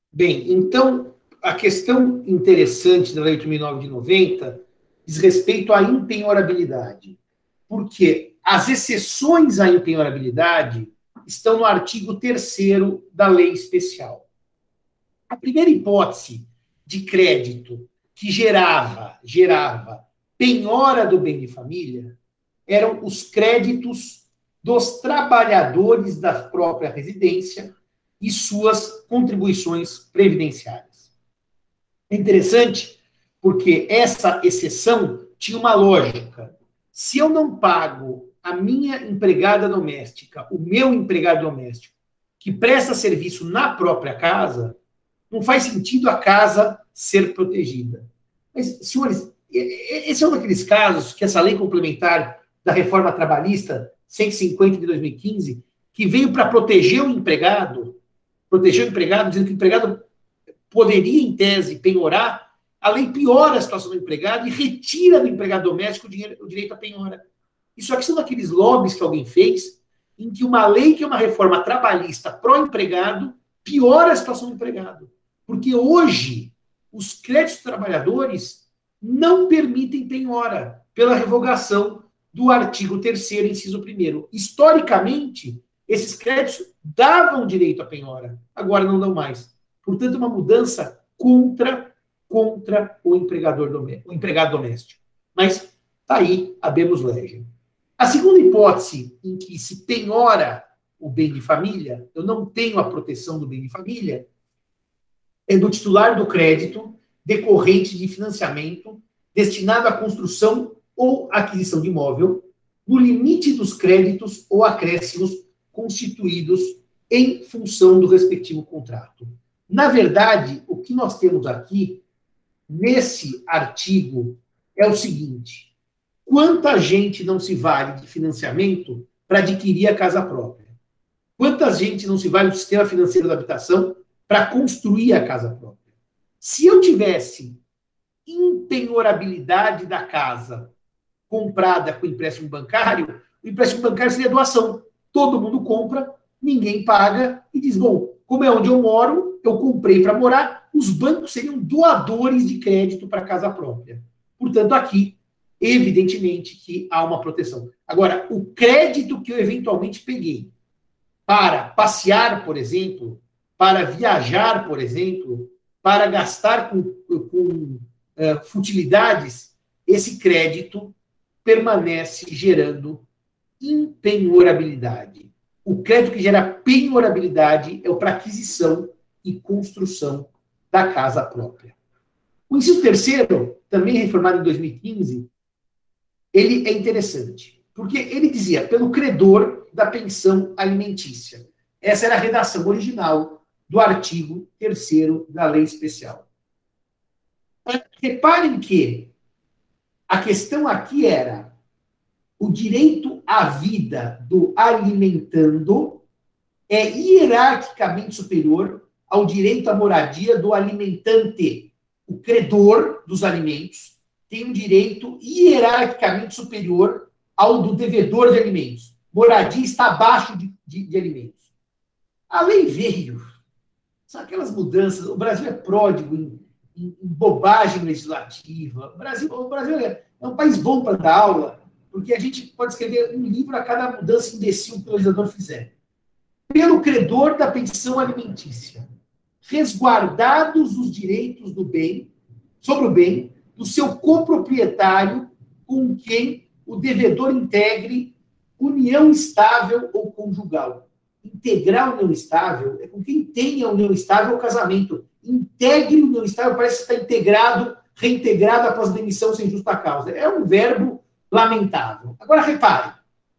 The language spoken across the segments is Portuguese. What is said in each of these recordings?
Bem, então, a questão interessante da Lei 8.009 de 90 diz respeito à impenhorabilidade, porque as exceções à impenhorabilidade estão no artigo 3º da lei especial. A primeira hipótese de crédito que gerava penhora do bem de família eram os créditos dos trabalhadores da própria residência e suas contribuições previdenciárias. É interessante porque essa exceção tinha uma lógica. Se eu não pago a minha empregada doméstica, o meu empregado doméstico, que presta serviço na própria casa, não faz sentido a casa ser protegida. Mas, senhores, esse é um daqueles casos que essa lei complementar da reforma trabalhista 150 de 2015, que veio para proteger o empregado, dizendo que o empregado poderia, em tese, penhorar, a lei piora a situação do empregado e retira do empregado doméstico o direito à penhora. Isso aqui são daqueles lobbies que alguém fez, em que uma lei que é uma reforma trabalhista pró-empregado piora a situação do empregado. Porque hoje, os créditos dos trabalhadores não permitem penhora pela revogação do artigo 3º, inciso 1º. Historicamente, esses créditos davam direito à penhora, agora não dão mais. Portanto, uma mudança contra o empregado doméstico. Mas está aí, habemus legem. A segunda hipótese em que se penhora o bem de família, eu não tenho a proteção do bem de família, é do titular do crédito decorrente de financiamento destinado à construção ou aquisição de imóvel, no limite dos créditos ou acréscimos constituídos em função do respectivo contrato. Na verdade, o que nós temos aqui, nesse artigo, é o seguinte: quanta gente não se vale de financiamento para adquirir a casa própria? Quanta gente não se vale do sistema financeiro da habitação para construir a casa própria? Se eu tivesse impenhorabilidade da casa comprada com empréstimo bancário, o empréstimo bancário seria doação. Todo mundo compra, ninguém paga e diz, bom, como é onde eu moro, eu comprei para morar, os bancos seriam doadores de crédito para a casa própria. Portanto, aqui, evidentemente que há uma proteção. Agora, o crédito que eu eventualmente peguei para passear, por exemplo, para viajar, por exemplo, para gastar com futilidades, esse crédito permanece gerando impenhorabilidade. O crédito que gera penhorabilidade é o para aquisição e construção da casa própria. O inciso 3º, também reformado em 2015, ele é interessante, porque ele dizia pelo credor da pensão alimentícia. Essa era a redação original do artigo 3º da lei especial. Reparem que a questão aqui era o direito à vida do alimentando é hierarquicamente superior ao direito à moradia do alimentante. O credor dos alimentos tem um direito hierarquicamente superior ao do devedor de alimentos. Moradia está abaixo de alimentos. A lei veio. São aquelas mudanças. O Brasil é pródigo em bobagem legislativa. O Brasil é um país bom para dar aula, porque a gente pode escrever um livro a cada mudança imbecil que o legislador fizer. Pelo credor da pensão alimentícia, resguardados os direitos do bem, sobre o bem, do seu coproprietário com quem o devedor integre união estável ou conjugal. Integrar união estável é com quem tem a união estável ou casamento. Integre união estável parece que está integrado, reintegrado após demissão sem justa causa. É um verbo lamentável. Agora, repare.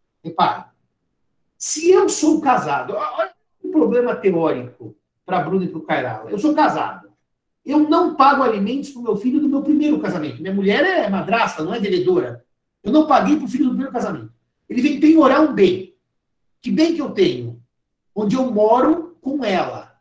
Se eu sou casado, olha um problema teórico para Bruno e para o Cairala. Eu sou casado. Eu não pago alimentos para o meu filho do meu primeiro casamento. Minha mulher é madrasta, não é devedora. Eu não paguei para o filho do primeiro casamento. Ele vem penhorar um bem. Que bem que eu tenho? Onde eu moro com ela.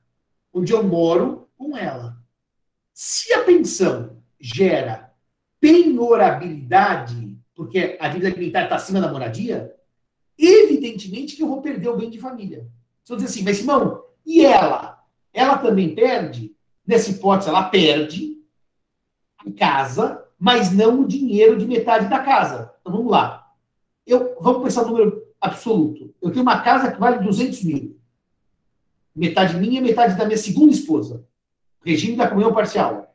Se a pensão gera penhorabilidade, porque a dívida alimentar está acima da moradia, evidentemente que eu vou perder o bem de família. Se eu dizer assim, mas Simão, e ela? Ela também perde? Nessa hipótese, ela perde a casa, mas não o dinheiro de metade da casa. Então, vamos lá. Vamos pensar no número absoluto. Eu tenho uma casa que vale 200 mil. Metade minha, metade da minha segunda esposa. Regime da comunhão parcial.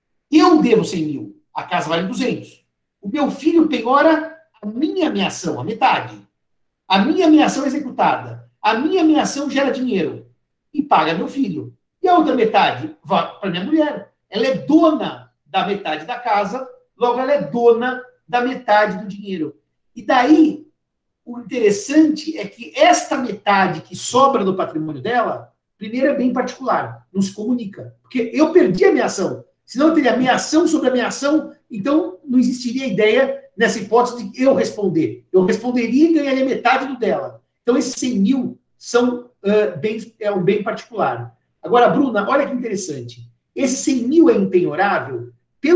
Eu devo 100 mil. A casa vale 200. O meu filho penhora a minha ameação, a metade. A minha ameação é executada. A minha ameação gera dinheiro. E paga meu filho. E a outra metade vai para minha mulher. Ela é dona da metade da casa, logo ela é dona da metade do dinheiro. E daí, o interessante é que esta metade que sobra do patrimônio dela, primeiro é bem particular, não se comunica. Porque eu perdi a minha ação. Senão eu teria minha ação sobre a minha ação, então não existiria ideia nessa hipótese de eu responder. Eu responderia e ganharia metade do dela. Então esses 100 mil são um bem particular. Agora, Bruna, olha que interessante. Esse 100 mil é impenhorável?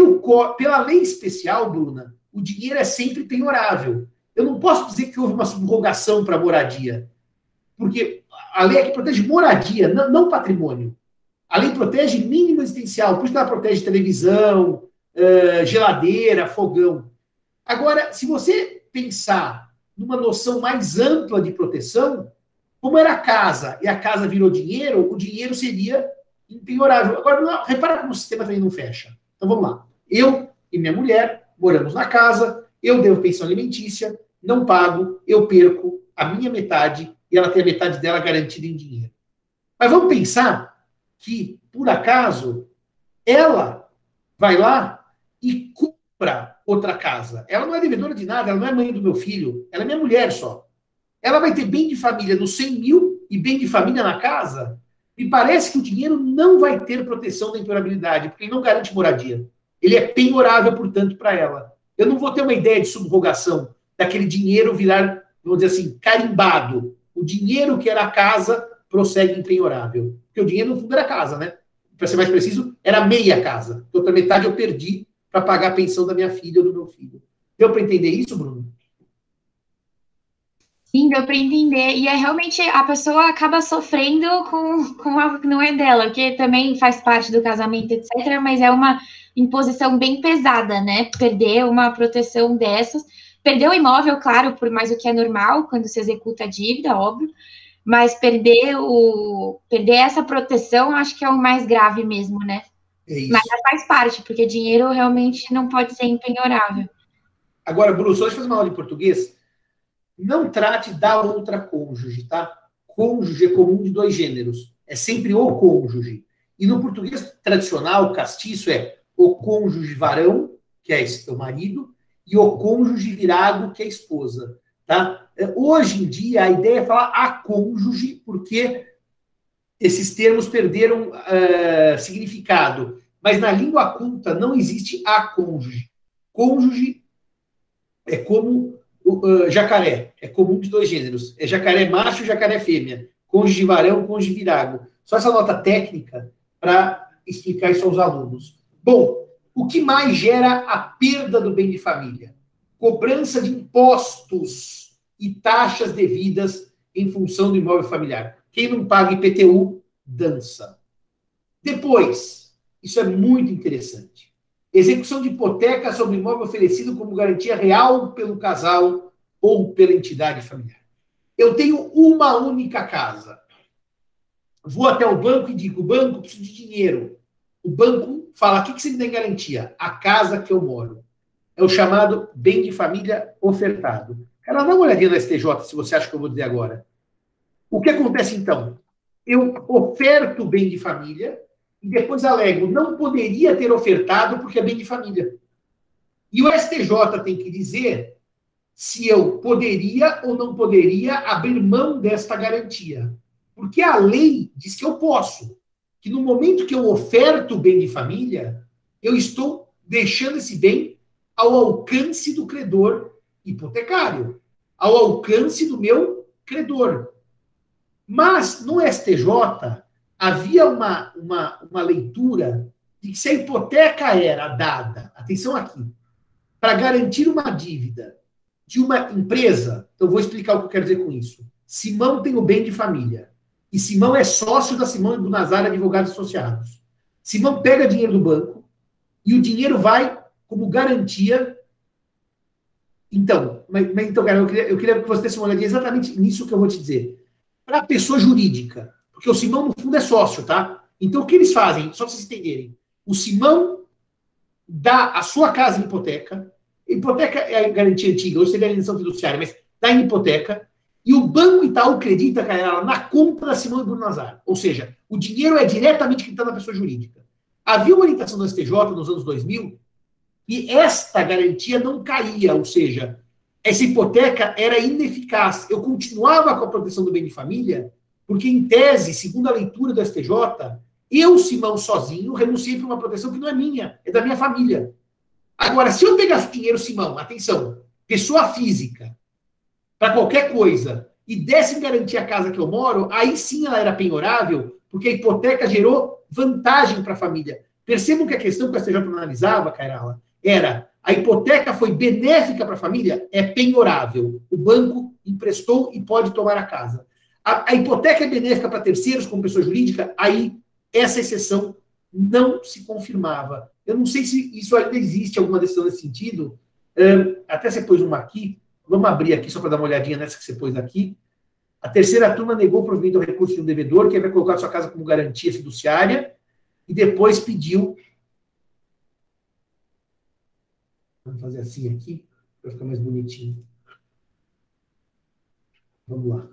Pela lei especial, Bruna, o dinheiro é sempre penhorável. Eu não posso dizer que houve uma subrogação para moradia, porque a lei aqui protege moradia, não patrimônio. A lei protege mínimo existencial, por isso ela protege televisão, geladeira, fogão. Agora, se você pensar numa noção mais ampla de proteção, como era a casa e a casa virou dinheiro, o dinheiro seria impenhorável. Agora, repara como o sistema também não fecha. Então vamos lá. Eu e minha mulher moramos na casa, eu devo pensão alimentícia, não pago, eu perco a minha metade e ela tem a metade dela garantida em dinheiro. Mas vamos pensar que, por acaso, ela vai lá e compra outra casa. Ela não é devedora de nada, ela não é mãe do meu filho, ela é minha mulher só. Ela vai ter bem de família nos 100 mil e bem de família na casa. Me parece que o dinheiro não vai ter proteção da impenhorabilidade, porque ele não garante moradia. Ele é penhorável, portanto, para ela. Eu não vou ter uma ideia de subrogação, daquele dinheiro virar, vamos dizer assim, carimbado. O dinheiro que era a casa prossegue impenhorável. Porque o dinheiro, no fundo, era a casa, né? Para ser mais preciso, era meia casa. A outra metade eu perdi para pagar a pensão da minha filha ou do meu filho. Deu para entender isso, Bruno? Sim, deu para entender. E é realmente a pessoa acaba sofrendo com algo que não é dela, que também faz parte do casamento, etc. Mas é uma imposição bem pesada, né? Perder uma proteção dessas. Perder o imóvel, claro, por mais o que é normal, quando se executa a dívida, óbvio. Mas perder essa proteção, acho que é o mais grave mesmo, né? É Mas isso. faz parte, porque dinheiro realmente não pode ser impenhorável. Agora, Bruno, só deixa eu fazer uma aula de português. Não trate da outra cônjuge, tá? Cônjuge é comum de dois gêneros. É sempre o cônjuge. E no português tradicional, castiço, é o cônjuge varão, que é o marido, e o cônjuge virado, que é a esposa. Tá? Hoje em dia, a ideia é falar a cônjuge, porque esses termos perderam significado. Mas na língua culta não existe a cônjuge. Cônjuge é como jacaré, é comum de dois gêneros. É jacaré macho e jacaré fêmea. Cônjuge varão, cônjuge virago. Só essa nota técnica para explicar isso aos alunos. Bom, o que mais gera a perda do bem de família? Cobrança de impostos e taxas devidas em função do imóvel familiar. Quem não paga IPTU, dança. Depois, isso é muito interessante. Execução de hipoteca sobre imóvel oferecido como garantia real pelo casal ou pela entidade familiar. Eu tenho uma única casa. Vou até o banco e digo, banco, preciso de dinheiro. O banco fala, o que você me dá em garantia? A casa que eu moro. É o chamado bem de família ofertado. Cara, dá uma olhadinha no STJ, se você acha que eu vou dizer agora. O que acontece, então? Eu oferto bem de família e depois alego, não poderia ter ofertado porque é bem de família. E o STJ tem que dizer se eu poderia ou não poderia abrir mão desta garantia. Porque a lei diz que eu posso. Que no momento que eu oferto o bem de família, eu estou deixando esse bem ao alcance do credor hipotecário, ao alcance do meu credor. Mas no STJ havia uma leitura de que se a hipoteca era dada, atenção aqui, para garantir uma dívida de uma empresa, então vou explicar o que eu quero dizer com isso. Simão tem o bem de família. E Simão é sócio da Simão e do Nazar Advogados Associados. Simão pega dinheiro do banco e o dinheiro vai como garantia. Então, cara, eu queria que você desse uma olhadinha exatamente nisso que eu vou te dizer. Para a pessoa jurídica, porque o Simão, no fundo, é sócio, tá? Então, o que eles fazem, só para vocês entenderem, o Simão dá a sua casa em hipoteca é a garantia antiga, hoje seria a alienação fiduciária, mas dá em hipoteca, e o Banco Itaú acredita, cara, na conta da Simão e Bruno Nazar. Ou seja, o dinheiro é diretamente quitado da pessoa jurídica. Havia uma orientação do STJ nos anos 2000 e esta garantia não caía, ou seja, essa hipoteca era ineficaz. Eu continuava com a proteção do bem de família, porque, em tese, segundo a leitura do STJ, eu, Simão, sozinho, renunciei para uma proteção que não é minha, é da minha família. Agora, se eu pegasse o dinheiro, Simão, atenção, pessoa física, para qualquer coisa, e desse em garantia a casa que eu moro, aí sim ela era penhorável, porque a hipoteca gerou vantagem para a família. Percebam que a questão que o STJ analisava, Cairala, era a hipoteca foi benéfica para a família? É penhorável. O banco emprestou e pode tomar a casa. A hipoteca é benéfica para terceiros, como pessoa jurídica? Aí essa exceção não se confirmava. Eu não sei se isso ainda existe, alguma decisão nesse sentido. Até você pôs uma aqui. Vamos abrir aqui só para dar uma olhadinha nessa que você pôs aqui. A terceira turma negou o provimento do recurso de um devedor, que vai colocar sua casa como garantia fiduciária, e depois pediu. Vamos fazer assim aqui, para ficar mais bonitinho. Vamos lá.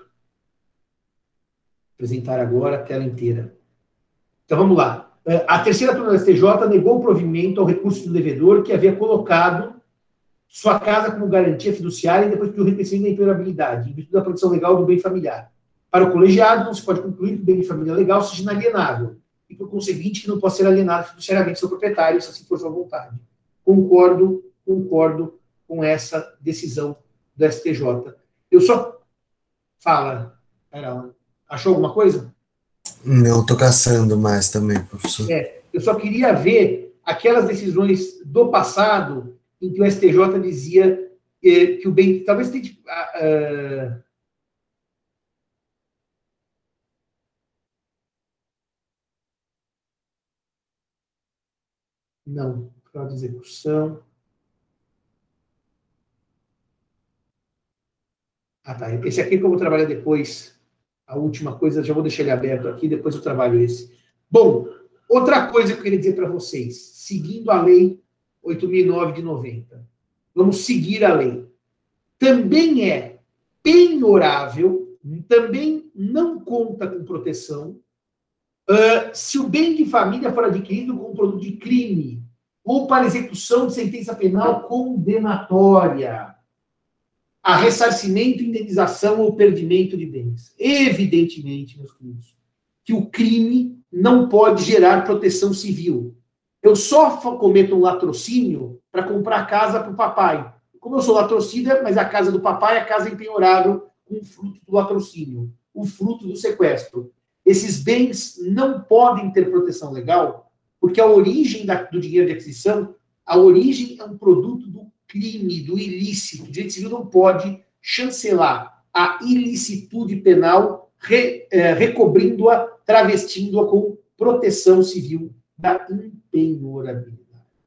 Apresentar agora a tela inteira. Então vamos lá. A terceira turma do STJ negou o provimento ao recurso do devedor que havia colocado sua casa como garantia fiduciária e depois pediu reconhecimento da impenhorabilidade, em virtude da proteção legal do bem familiar. Para o colegiado, não se pode concluir que o bem de família legal seja inalienável e, por conseguinte, que não possa ser alienado fiduciariamente seu proprietário, se assim for sua vontade. Concordo com essa decisão do STJ. Eu só... Fala, Carol. Achou alguma coisa? Não, estou caçando mais também, professor. Eu só queria ver aquelas decisões do passado em que o STJ dizia que o bem... Talvez tenha... Não, grau de execução. Tá. Esse aqui que eu vou trabalhar depois. A última coisa, já vou deixar ele aberto aqui, depois eu trabalho esse. Bom, outra coisa que eu queria dizer para vocês, seguindo a lei 8.009 de 90. Vamos seguir a lei. Também é penhorável, também não conta com proteção, se o bem de família for adquirido como produto de crime ou para execução de sentença penal condenatória, a ressarcimento, indenização ou perdimento de bens. Evidentemente, meus queridos, que o crime não pode gerar proteção civil. Eu só cometo um latrocínio para comprar casa para o papai. Como eu sou latrocida, mas a casa do papai é a casa impenhorável com o fruto do latrocínio, o fruto do sequestro. Esses bens não podem ter proteção legal, porque a origem do dinheiro de aquisição, a origem é um produto do crime, do ilícito. O direito civil não pode chancelar a ilicitude penal, recobrindo-a, travestindo-a com proteção civil da impenhorabilidade.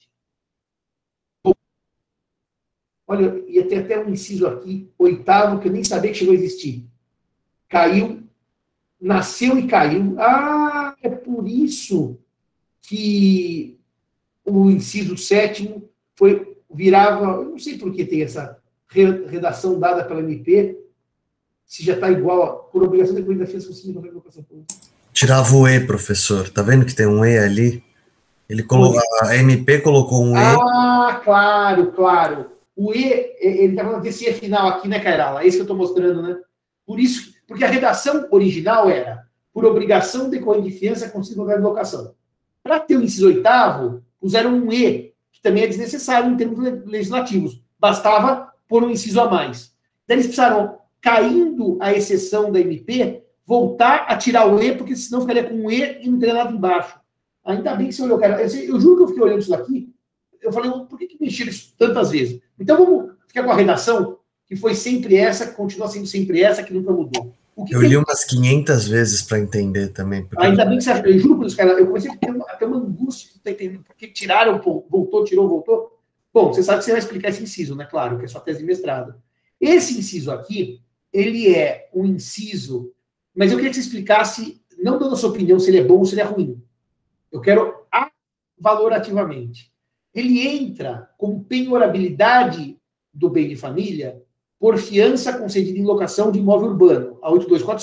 Olha, ia ter até um inciso aqui, 8º, que eu nem sabia que chegou a existir. Caiu, nasceu e caiu. Ah, é por isso que o inciso 7º virava, eu não sei por que tem essa redação dada pela MP, se já está igual, por obrigação de defesa consumidor da educação pública. Tirava o E, professor. Tá vendo que tem um E ali? A MP colocou um E. Ah, claro. O E, ele está falando desse E final aqui, né, Cairala? É isso que eu estou mostrando, né? Por isso, porque a redação original era por obrigação decorrente de fiança concedida no lugar de locação. Para ter o inciso 8º, puseram um E, que também é desnecessário em termos legislativos. Bastava pôr um inciso a mais. Daí eles precisaram, caindo a exceção da MP, voltar a tirar o E, porque senão ficaria com um E e não teria nada embaixo. Ainda bem que você olhou, cara. Eu juro que eu fiquei olhando isso daqui, eu falei, por que mexeram isso tantas vezes? Então vamos ficar com a redação, que foi sempre essa, que continua sendo sempre essa, que nunca mudou. Eu li umas 500 vezes para entender também. Porque... Ainda bem que você achou. Eu juro para os caras, eu comecei a ter uma angústia, tá entendendo? Porque tiraram, voltou, tirou, voltou. Bom, você sabe que você vai explicar esse inciso, né? Claro, que é sua tese de mestrado. Esse inciso aqui, ele é um inciso, mas eu queria que você explicasse, não dando a sua opinião se ele é bom ou se ele é ruim. Eu quero valorativamente. Ele entra como penhorabilidade do bem de família por fiança concedida em locação de imóvel urbano, a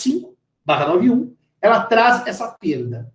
8245/91, ela traz essa perda.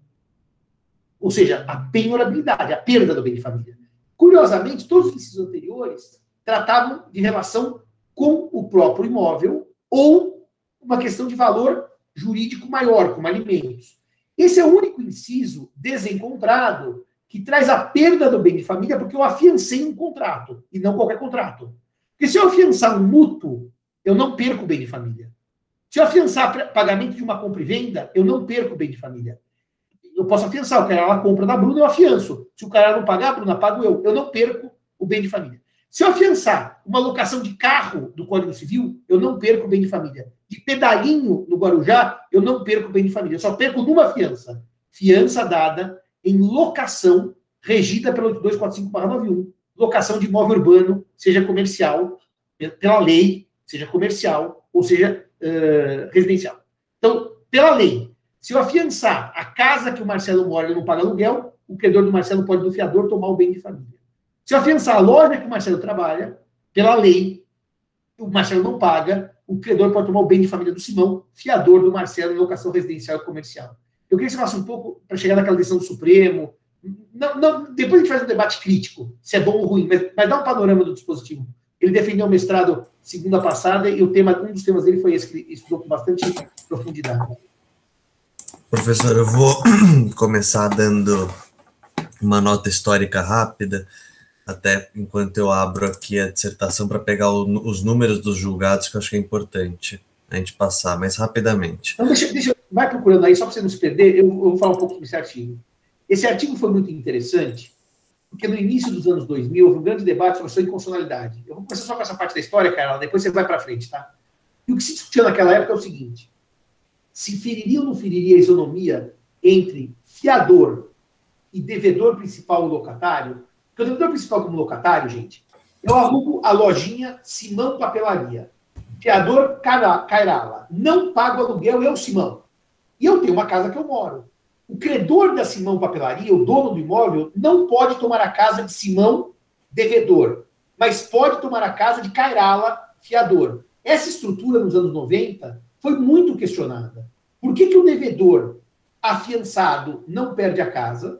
Ou seja, a penhorabilidade, a perda do bem de família. Curiosamente, todos os incisos anteriores tratavam de relação com o próprio imóvel ou uma questão de valor jurídico maior, como alimentos. Esse é o único inciso desencontrado que traz a perda do bem de família porque eu afiancei um contrato, e não qualquer contrato. Porque se eu afiançar um mútuo, eu não perco o bem de família. Se eu afiançar pagamento de uma compra e venda, eu não perco o bem de família. Eu posso afiançar, o cara ela compra da Bruna, eu afianço. Se o cara não pagar, a Bruna pago eu. Eu não perco o bem de família. Se eu afiançar uma locação de carro do Código Civil, eu não perco o bem de família. De pedalinho no Guarujá, eu não perco o bem de família. Eu só perco numa fiança. Fiança dada em locação regida pelo 8245/91. Locação de imóvel urbano, seja comercial, pela lei, seja comercial, ou seja residencial. Então, pela lei, se eu afiançar a casa que o Marcelo mora e não paga aluguel, o credor do Marcelo pode, do fiador, tomar o bem de família. Se eu afiançar a loja que o Marcelo trabalha, pela lei, o Marcelo não paga, o credor pode tomar o bem de família do Simão, fiador do Marcelo em locação residencial e comercial. Eu queria que você falasse um pouco, para chegar naquela decisão do Supremo. Depois a gente faz um debate crítico, se é bom ou ruim, mas dá um panorama do dispositivo. Ele defendeu o mestrado segunda passada e um dos temas dele foi esse, que ele estudou com bastante profundidade. Professor, eu vou começar dando uma nota histórica rápida, até enquanto eu abro aqui a dissertação para pegar os números dos julgados, que eu acho que é importante a gente passar mais rapidamente. Então, vai procurando aí, só para você não se perder, eu vou falar um pouco sobre esse artigo. Esse artigo foi muito interessante, porque no início dos anos 2000 houve um grande debate sobre a sua inconstitucionalidade. Eu vou começar só com essa parte da história, Carla, depois você vai para frente, tá? E o que se discutia naquela época é o seguinte: se feriria ou não feriria a isonomia entre fiador e devedor principal ou locatário. Porque o devedor principal como locatário, gente, eu alugo a lojinha Simão Papelaria. Fiador Cairala. Não pago aluguel, eu, Simão. E eu tenho uma casa que eu moro. O credor da Simão Papelaria, o dono do imóvel, não pode tomar a casa de Simão, devedor, mas pode tomar a casa de Cairala, fiador. Essa estrutura, nos anos 90, foi muito questionada. Por que o devedor afiançado não perde a casa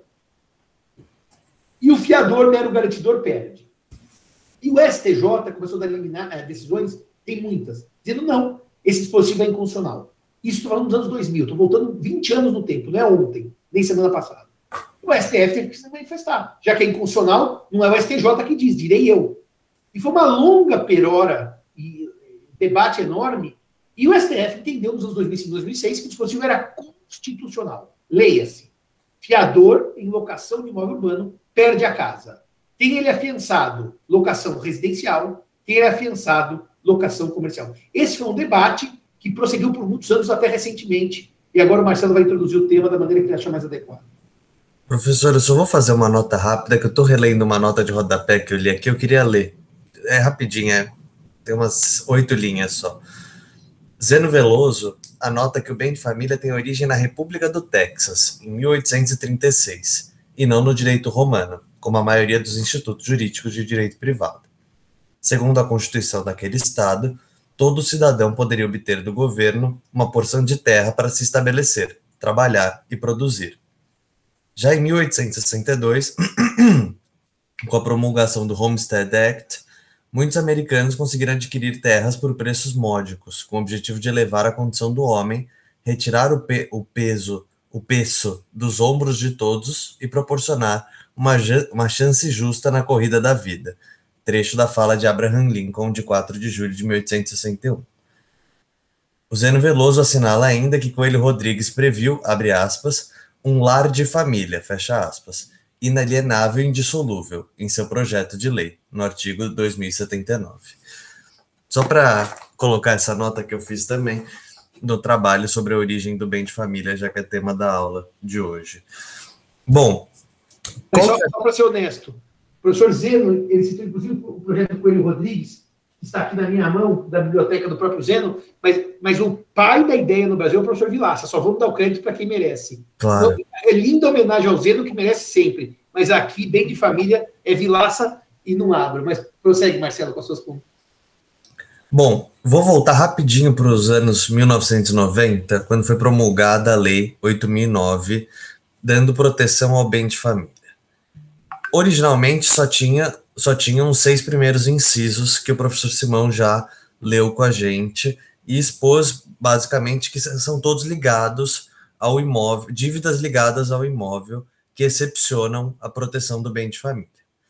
e o fiador, mero garantidor, perde? E o STJ começou a dar decisões, tem muitas, dizendo não, esse dispositivo é inconstitucional. Isso estou falando dos anos 2000, estou voltando 20 anos no tempo, não é ontem, nem semana passada. O STF teve que se manifestar. Já que é inconstitucional, não é o STJ que diz, direi eu. E foi uma longa perora e debate enorme, e o STF entendeu nos anos 2005 e 2006 que o dispositivo era constitucional. Leia-se. Fiador em locação de imóvel urbano perde a casa. Tem ele afiançado locação residencial, tem ele afiançado locação comercial. Esse foi um debate que prosseguiu por muitos anos, até recentemente, e agora o Marcelo vai introduzir o tema da maneira que ele achar mais adequada. Professor, eu só vou fazer uma nota rápida, que eu estou relendo uma nota de rodapé que eu li aqui, eu queria ler. É rapidinho, tem umas 8 linhas só. Zeno Veloso anota que o bem de família tem origem na República do Texas, em 1836, e não no direito romano, como a maioria dos institutos jurídicos de direito privado. Segundo a Constituição daquele estado, todo cidadão poderia obter do governo uma porção de terra para se estabelecer, trabalhar e produzir. Já em 1862, com a promulgação do Homestead Act, muitos americanos conseguiram adquirir terras por preços módicos, com o objetivo de elevar a condição do homem, retirar o peso dos ombros de todos e proporcionar uma chance justa na corrida da vida. Trecho da fala de Abraham Lincoln, de 4 de julho de 1861. O Zeno Veloso assinala ainda que Coelho Rodrigues previu, abre aspas, um lar de família, fecha aspas, inalienável e indissolúvel, em seu projeto de lei, no artigo 2079. Só para colocar essa nota que eu fiz também, no trabalho sobre a origem do bem de família, já que é tema da aula de hoje. Bom, mas só para ser honesto, o professor Zeno, ele citou inclusive o projeto Coelho Rodrigues, que está aqui na minha mão, da biblioteca do próprio Zeno, mas o pai da ideia no Brasil é o professor Vilaça, só vamos dar o crédito para quem merece. Claro. Então, é linda homenagem ao Zeno, que merece sempre, mas aqui, bem de família, é Vilaça e não abro. Mas prossegue, Marcelo, com as suas contas. Bom, vou voltar rapidinho para os anos 1990, quando foi promulgada a Lei 8.009, dando proteção ao bem de família. Originalmente só tinham os 6 primeiros incisos que o professor Simão já leu com a gente e expôs basicamente que são todos ligados ao imóvel, dívidas ligadas ao imóvel que excepcionam a proteção do bem de família.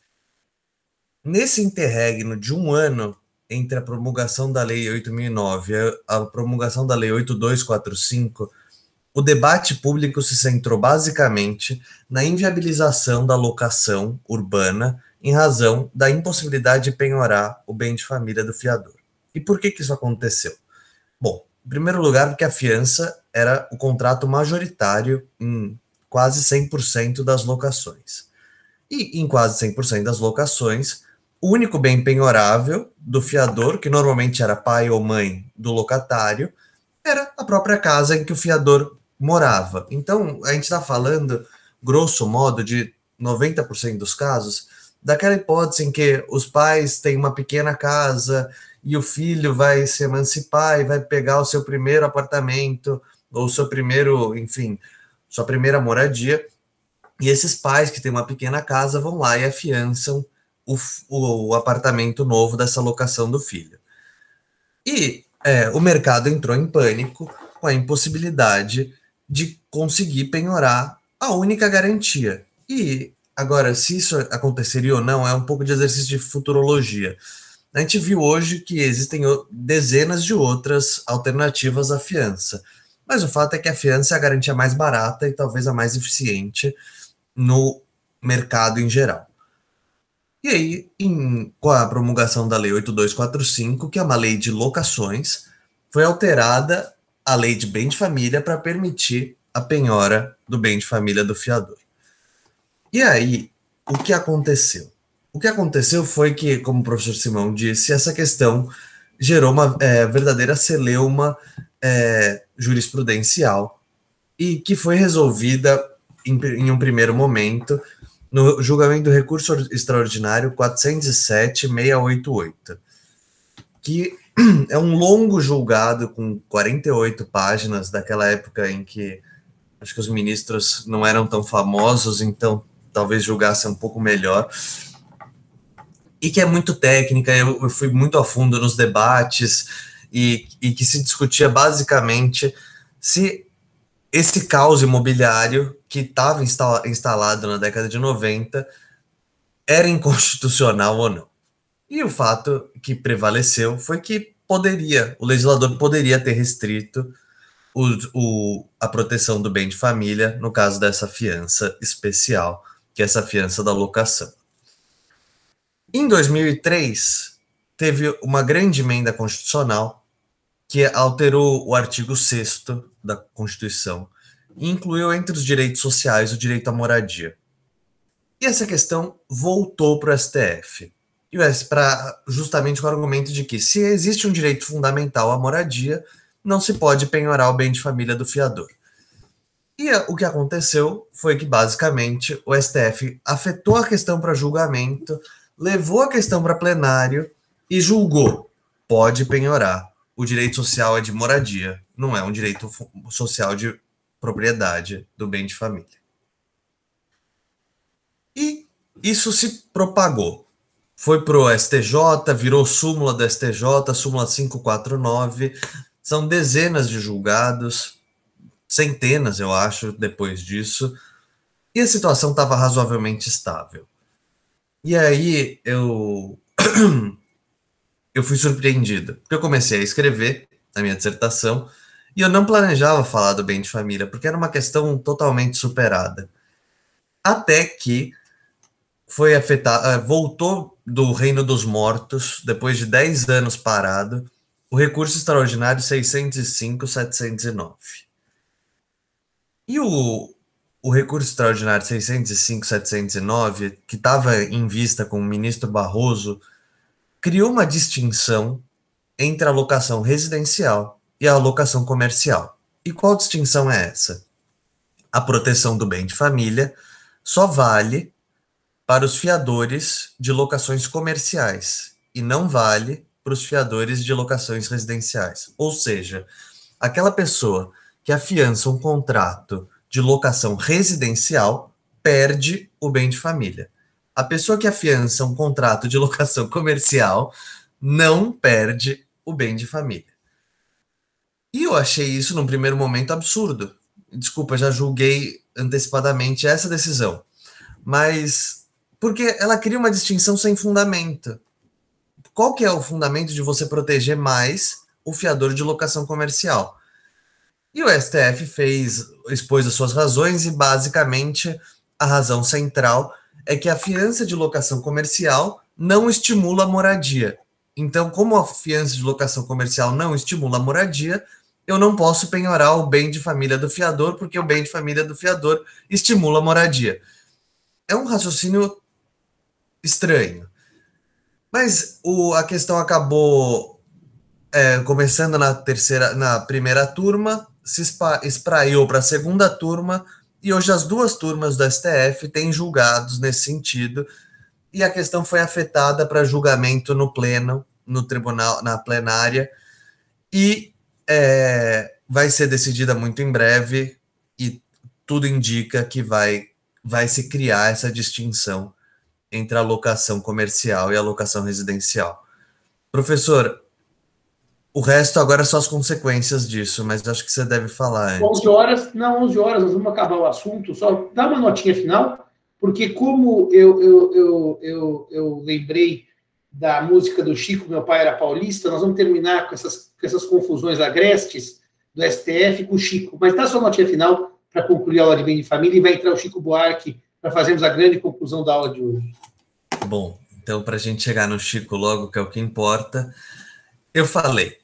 Nesse interregno de um ano entre a promulgação da Lei 8.009 e a promulgação da Lei 8.245, o debate público se centrou basicamente na inviabilização da locação urbana em razão da impossibilidade de penhorar o bem de família do fiador. E por que isso aconteceu? Bom, em primeiro lugar, porque a fiança era o contrato majoritário em quase 100% das locações. E em quase 100% das locações, o único bem penhorável do fiador, que normalmente era pai ou mãe do locatário, era a própria casa em que o fiador morava. Então, a gente está falando, grosso modo, de 90% dos casos, daquela hipótese em que os pais têm uma pequena casa e o filho vai se emancipar e vai pegar o seu primeiro apartamento, ou seu primeiro, enfim, sua primeira moradia, e esses pais que têm uma pequena casa vão lá e afiançam o apartamento novo dessa locação do filho. E o mercado entrou em pânico com a impossibilidade de conseguir penhorar a única garantia. E agora, se isso aconteceria ou não, é um pouco de exercício de futurologia. A gente viu hoje que existem dezenas de outras alternativas à fiança. Mas o fato é que a fiança é a garantia mais barata e talvez a mais eficiente no mercado em geral. E aí, com a promulgação da Lei 8.245, que é uma lei de locações, foi alterada a lei de bem de família para permitir a penhora do bem de família do fiador. E aí, o que aconteceu? O que aconteceu foi que, como o professor Simão disse, essa questão gerou uma verdadeira celeuma jurisprudencial e que foi resolvida em um primeiro momento no julgamento do recurso extraordinário 407.688, que é um longo julgado com 48 páginas, daquela época em que acho que os ministros não eram tão famosos, então talvez julgasse um pouco melhor, e que é muito técnica. Eu fui muito a fundo nos debates e que se discutia basicamente se esse caos imobiliário que estava instalado na década de 90 era inconstitucional ou não. E o fato que prevaleceu foi que o legislador poderia ter restrito a proteção do bem de família no caso dessa fiança especial, que é essa fiança da locação. Em 2003, teve uma grande emenda constitucional que alterou o artigo 6º da Constituição e incluiu entre os direitos sociais o direito à moradia. E essa questão voltou para o STF, justamente com o argumento de que, se existe um direito fundamental à moradia, não se pode penhorar o bem de família do fiador. E o que aconteceu foi que, basicamente, o STF afetou a questão para julgamento, levou a questão para plenário e julgou: pode penhorar. O direito social é de moradia, não é um direito social de propriedade do bem de família. E isso se propagou. Foi para o STJ, virou súmula do STJ, súmula 549, são dezenas de julgados, centenas, eu acho, depois disso, e a situação estava razoavelmente estável. E aí eu fui surpreendido, porque eu comecei a escrever a minha dissertação e eu não planejava falar do bem de família, porque era uma questão totalmente superada. Até que foi voltou do reino dos mortos, depois de 10 anos parado, o recurso extraordinário 605.709. E o recurso extraordinário 605.709, que estava em vista com o ministro Barroso, criou uma distinção entre a locação residencial e a locação comercial. E qual distinção é essa? A proteção do bem de família só vale para os fiadores de locações comerciais e não vale para os fiadores de locações residenciais. Ou seja, aquela pessoa que afiança um contrato de locação residencial perde o bem de família. A pessoa que afiança um contrato de locação comercial não perde o bem de família. E eu achei isso, num primeiro momento, absurdo. Desculpa, já julguei antecipadamente essa decisão. Mas porque ela cria uma distinção sem fundamento. Qual que é o fundamento de você proteger mais o fiador de locação comercial? E o STF expôs as suas razões e, basicamente, a razão central é que a fiança de locação comercial não estimula a moradia. Então, como a fiança de locação comercial não estimula a moradia, eu não posso penhorar o bem de família do fiador, porque o bem de família do fiador estimula a moradia. É um raciocínio estranho. Mas a questão acabou começando na primeira turma, se espraiou para a segunda turma, e hoje as duas turmas do STF têm julgados nesse sentido, e a questão foi afetada para julgamento no pleno, no tribunal, na plenária, e vai ser decidida muito em breve, e tudo indica que vai se criar essa distinção entre a locação comercial e a locação residencial. Professor, o resto agora são as consequências disso, mas acho que você deve falar antes. 11 horas, nós vamos acabar o assunto, só dá uma notinha final, porque como eu lembrei da música do Chico, Meu Pai Era Paulista, nós vamos terminar com essas confusões agrestes do STF com o Chico, mas dá sua notinha final para concluir a aula de bem de família, e vai entrar o Chico Buarque para fazermos a grande conclusão da aula de hoje. Bom, então para a gente chegar no Chico logo, que é o que importa, eu falei,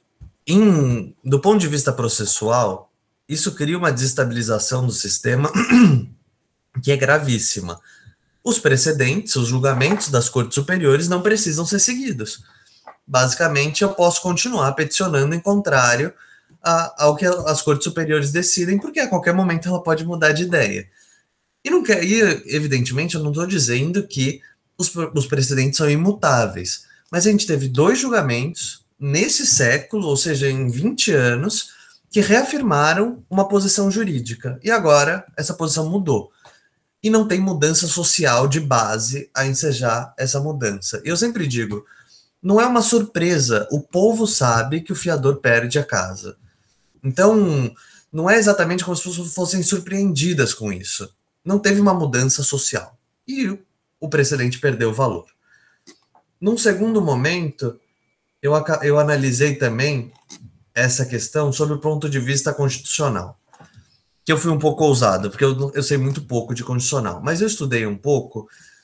do ponto de vista processual, isso cria uma desestabilização do sistema que é gravíssima. Os precedentes, os julgamentos das cortes superiores não precisam ser seguidos. Basicamente, eu posso continuar peticionando em contrário ao que as cortes superiores decidem, porque a qualquer momento ela pode mudar de ideia. E evidentemente, eu não estou dizendo que os precedentes são imutáveis, mas a gente teve 2 julgamentos nesse século, ou seja, em 20 anos, que reafirmaram uma posição jurídica. E agora essa posição mudou. E não tem mudança social de base a ensejar essa mudança. Eu sempre digo, não é uma surpresa, o povo sabe que o fiador perde a casa. Então, não é exatamente como se as pessoas fossem surpreendidas com isso. Não teve uma mudança social. E o precedente perdeu o valor. Num segundo momento, eu analisei também essa questão sob o ponto de vista constitucional. Que eu fui um pouco ousado, porque eu sei muito pouco de constitucional. Mas eu estudei um pouco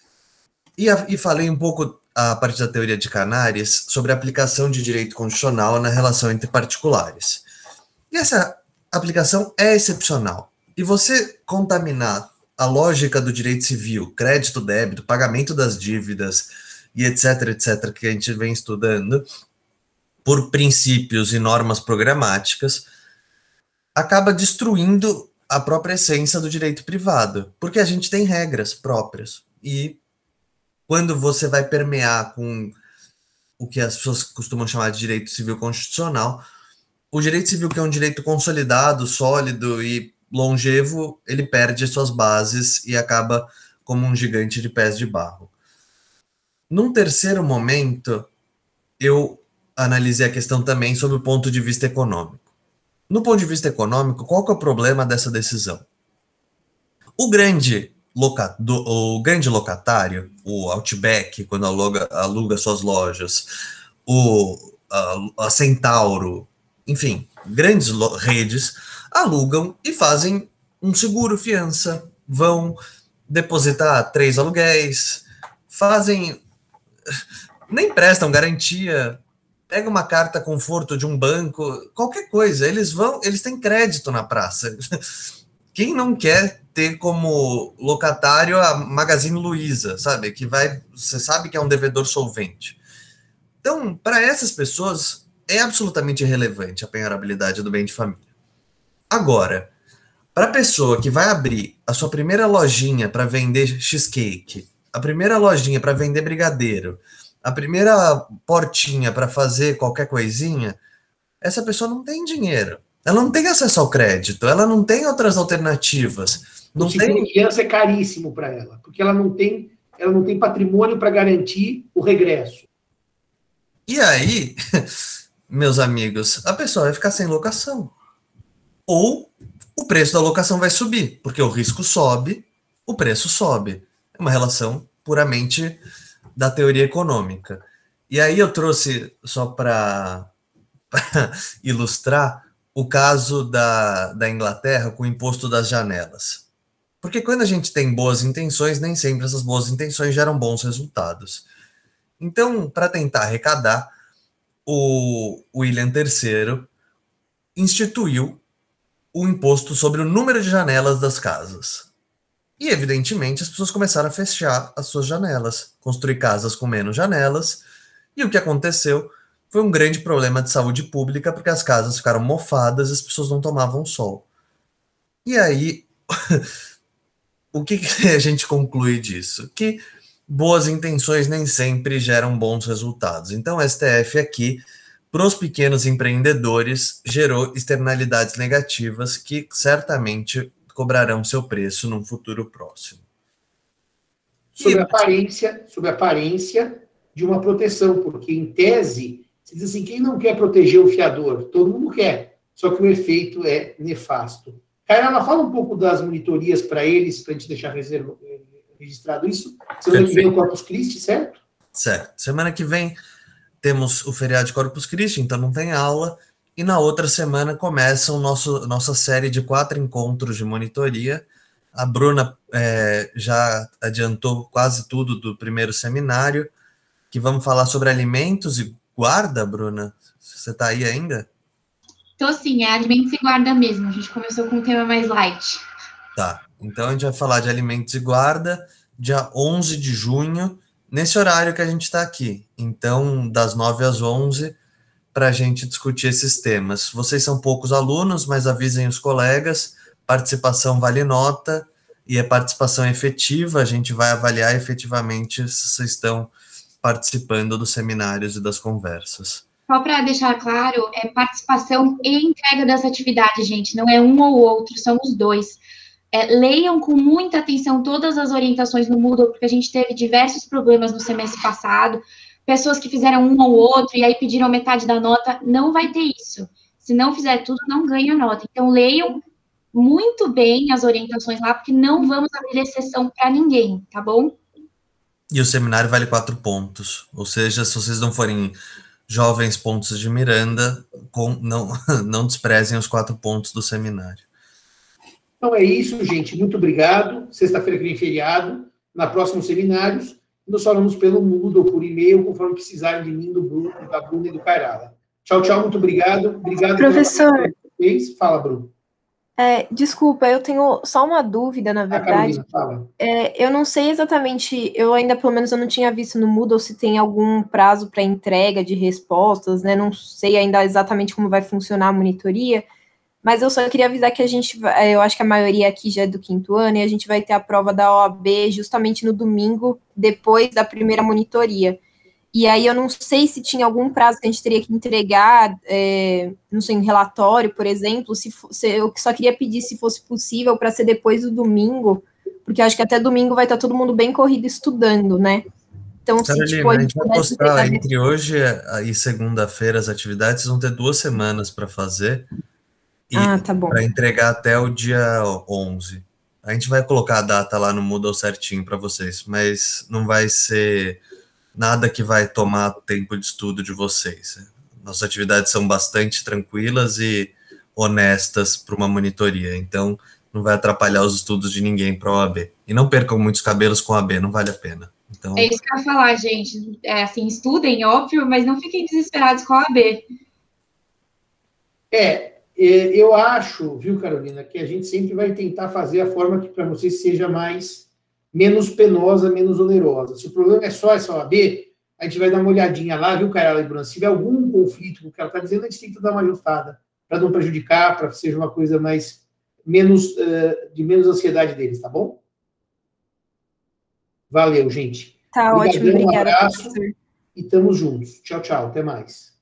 e falei um pouco, a partir da teoria de Canárias, sobre a aplicação de direito constitucional na relação entre particulares. E essa aplicação é excepcional. E você contaminar a lógica do direito civil, crédito, débito, pagamento das dívidas e etc., que a gente vem estudando, por princípios e normas programáticas, acaba destruindo a própria essência do direito privado, porque a gente tem regras próprias. E quando você vai permear com o que as pessoas costumam chamar de direito civil constitucional, o direito civil, que é um direito consolidado, sólido e longevo, ele perde suas bases e acaba como um gigante de pés de barro. Num terceiro momento, eu analisei a questão também sob o ponto de vista econômico. No ponto de vista econômico, qual que é o problema dessa decisão? O grande locatário, o Outback, quando aluga suas lojas, a Centauro, enfim, grandes redes, alugam e fazem um seguro fiança, vão depositar 3 aluguéis, nem prestam garantia, pega uma carta conforto de um banco, qualquer coisa, eles têm crédito na praça. Quem não quer ter como locatário a Magazine Luiza, sabe? Você sabe que é um devedor solvente. Então, para essas pessoas, é absolutamente irrelevante a penhorabilidade do bem de família. Agora, para a pessoa que vai abrir a sua primeira lojinha para vender cheesecake, a primeira lojinha para vender brigadeiro, a primeira portinha para fazer qualquer coisinha, essa pessoa não tem dinheiro. Ela não tem acesso ao crédito, ela não tem outras alternativas. O seguro fiança é caríssimo para ela, porque ela não tem patrimônio para garantir o regresso. E aí, meus amigos, a pessoa vai ficar sem locação. Ou o preço da locação vai subir, porque o risco sobe, o preço sobe. É uma relação puramente da teoria econômica. E aí eu trouxe, só para ilustrar, o caso da Inglaterra com o imposto das janelas. Porque quando a gente tem boas intenções, nem sempre essas boas intenções geram bons resultados. Então, para tentar arrecadar, o William III instituiu o imposto sobre o número de janelas das casas. E, evidentemente, as pessoas começaram a fechar as suas janelas, construir casas com menos janelas, e o que aconteceu foi um grande problema de saúde pública, porque as casas ficaram mofadas e as pessoas não tomavam sol. E aí, o que a gente conclui disso? Que boas intenções nem sempre geram bons resultados. Então, o STF aqui, para os pequenos empreendedores, gerou externalidades negativas que certamente cobrarão seu preço num futuro próximo. Sob a aparência de uma proteção, porque, em tese, se diz assim, quem não quer proteger o fiador? Todo mundo quer, só que o efeito é nefasto. Cairala, fala um pouco das monitorias para eles, para a gente deixar registrado isso. Semana que vem o Corpus Christi, certo? Certo. Semana que vem temos o feriado de Corpus Christi, então não tem aula, e na outra semana começa nossa série de 4 encontros de monitoria. A Bruna já adiantou quase tudo do primeiro seminário, que vamos falar sobre alimentos e guarda, Bruna? Você está aí ainda? Então, sim, é alimentos e guarda mesmo. A gente começou com um tema mais light. Tá, então a gente vai falar de alimentos e guarda, dia 11 de junho, nesse horário que a gente está aqui. Então, das 9 às 11, para a gente discutir esses temas. Vocês são poucos alunos, mas avisem os colegas, participação vale nota, e é participação efetiva, a gente vai avaliar efetivamente se vocês estão participando dos seminários e das conversas. Só para deixar claro, é participação e entrega dessa atividade, gente. Não é um ou outro, são os dois. Leiam com muita atenção todas as orientações no Moodle, porque a gente teve diversos problemas no semestre passado. Pessoas que fizeram um ou outro e aí pediram metade da nota. Não vai ter isso. Se não fizer tudo, não ganha nota. Então, leiam muito bem as orientações lá, porque não vamos abrir exceção para ninguém, tá bom? E o seminário vale 4 pontos. Ou seja, se vocês não forem jovens pontos de Miranda, não desprezem os 4 pontos do seminário. Então é isso, gente. Muito obrigado. Sexta-feira que vem feriado. Na próxima seminários, nos falamos pelo Moodle, por e-mail, conforme precisarem de mim, do Bruno, da Bruna e do Cairala. Tchau, tchau. Muito obrigado. Obrigado. Professor. Fala, Bruno. Desculpa, eu tenho só uma dúvida, na verdade. Carolina, fala. Eu não sei exatamente, pelo menos eu não tinha visto no Moodle se tem algum prazo para entrega de respostas, né? Não sei ainda exatamente como vai funcionar a monitoria, mas eu só queria avisar que eu acho que a maioria aqui já é do 5º ano, e a gente vai ter a prova da OAB justamente no domingo, depois da primeira monitoria. E aí eu não sei se tinha algum prazo que a gente teria que entregar, não sei, um relatório, por exemplo, eu só queria pedir se fosse possível para ser depois do domingo, porque eu acho que até domingo vai estar todo mundo bem corrido estudando, né? Então, Carolina, a gente vai postar entre hoje e segunda-feira as atividades, vocês vão ter 2 semanas para fazer, e tá bom. Para entregar até o dia 11. A gente vai colocar a data lá no Moodle certinho para vocês, mas não vai ser nada que vai tomar tempo de estudo de vocês. Nossas atividades são bastante tranquilas e honestas para uma monitoria, então não vai atrapalhar os estudos de ninguém para a OAB. E não percam muitos cabelos com a OAB, não vale a pena. Então, É isso que eu ia falar, gente. Assim, estudem, óbvio, mas não fiquem desesperados com a OAB. Eu acho, viu, Carolina, que a gente sempre vai tentar fazer a forma que para vocês seja menos penosa, menos onerosa. Se o problema é só essa OAB, a gente vai dar uma olhadinha lá, viu, Carla e Bruna? Se tiver algum conflito com o que ela está dizendo, a gente tenta dar uma ajustada para não prejudicar, para que seja uma coisa de menos ansiedade deles, tá bom? Valeu, gente. Tá ótimo, Obrigadão, obrigada, um abraço professor. e estamos juntos. Tchau, tchau. Até mais.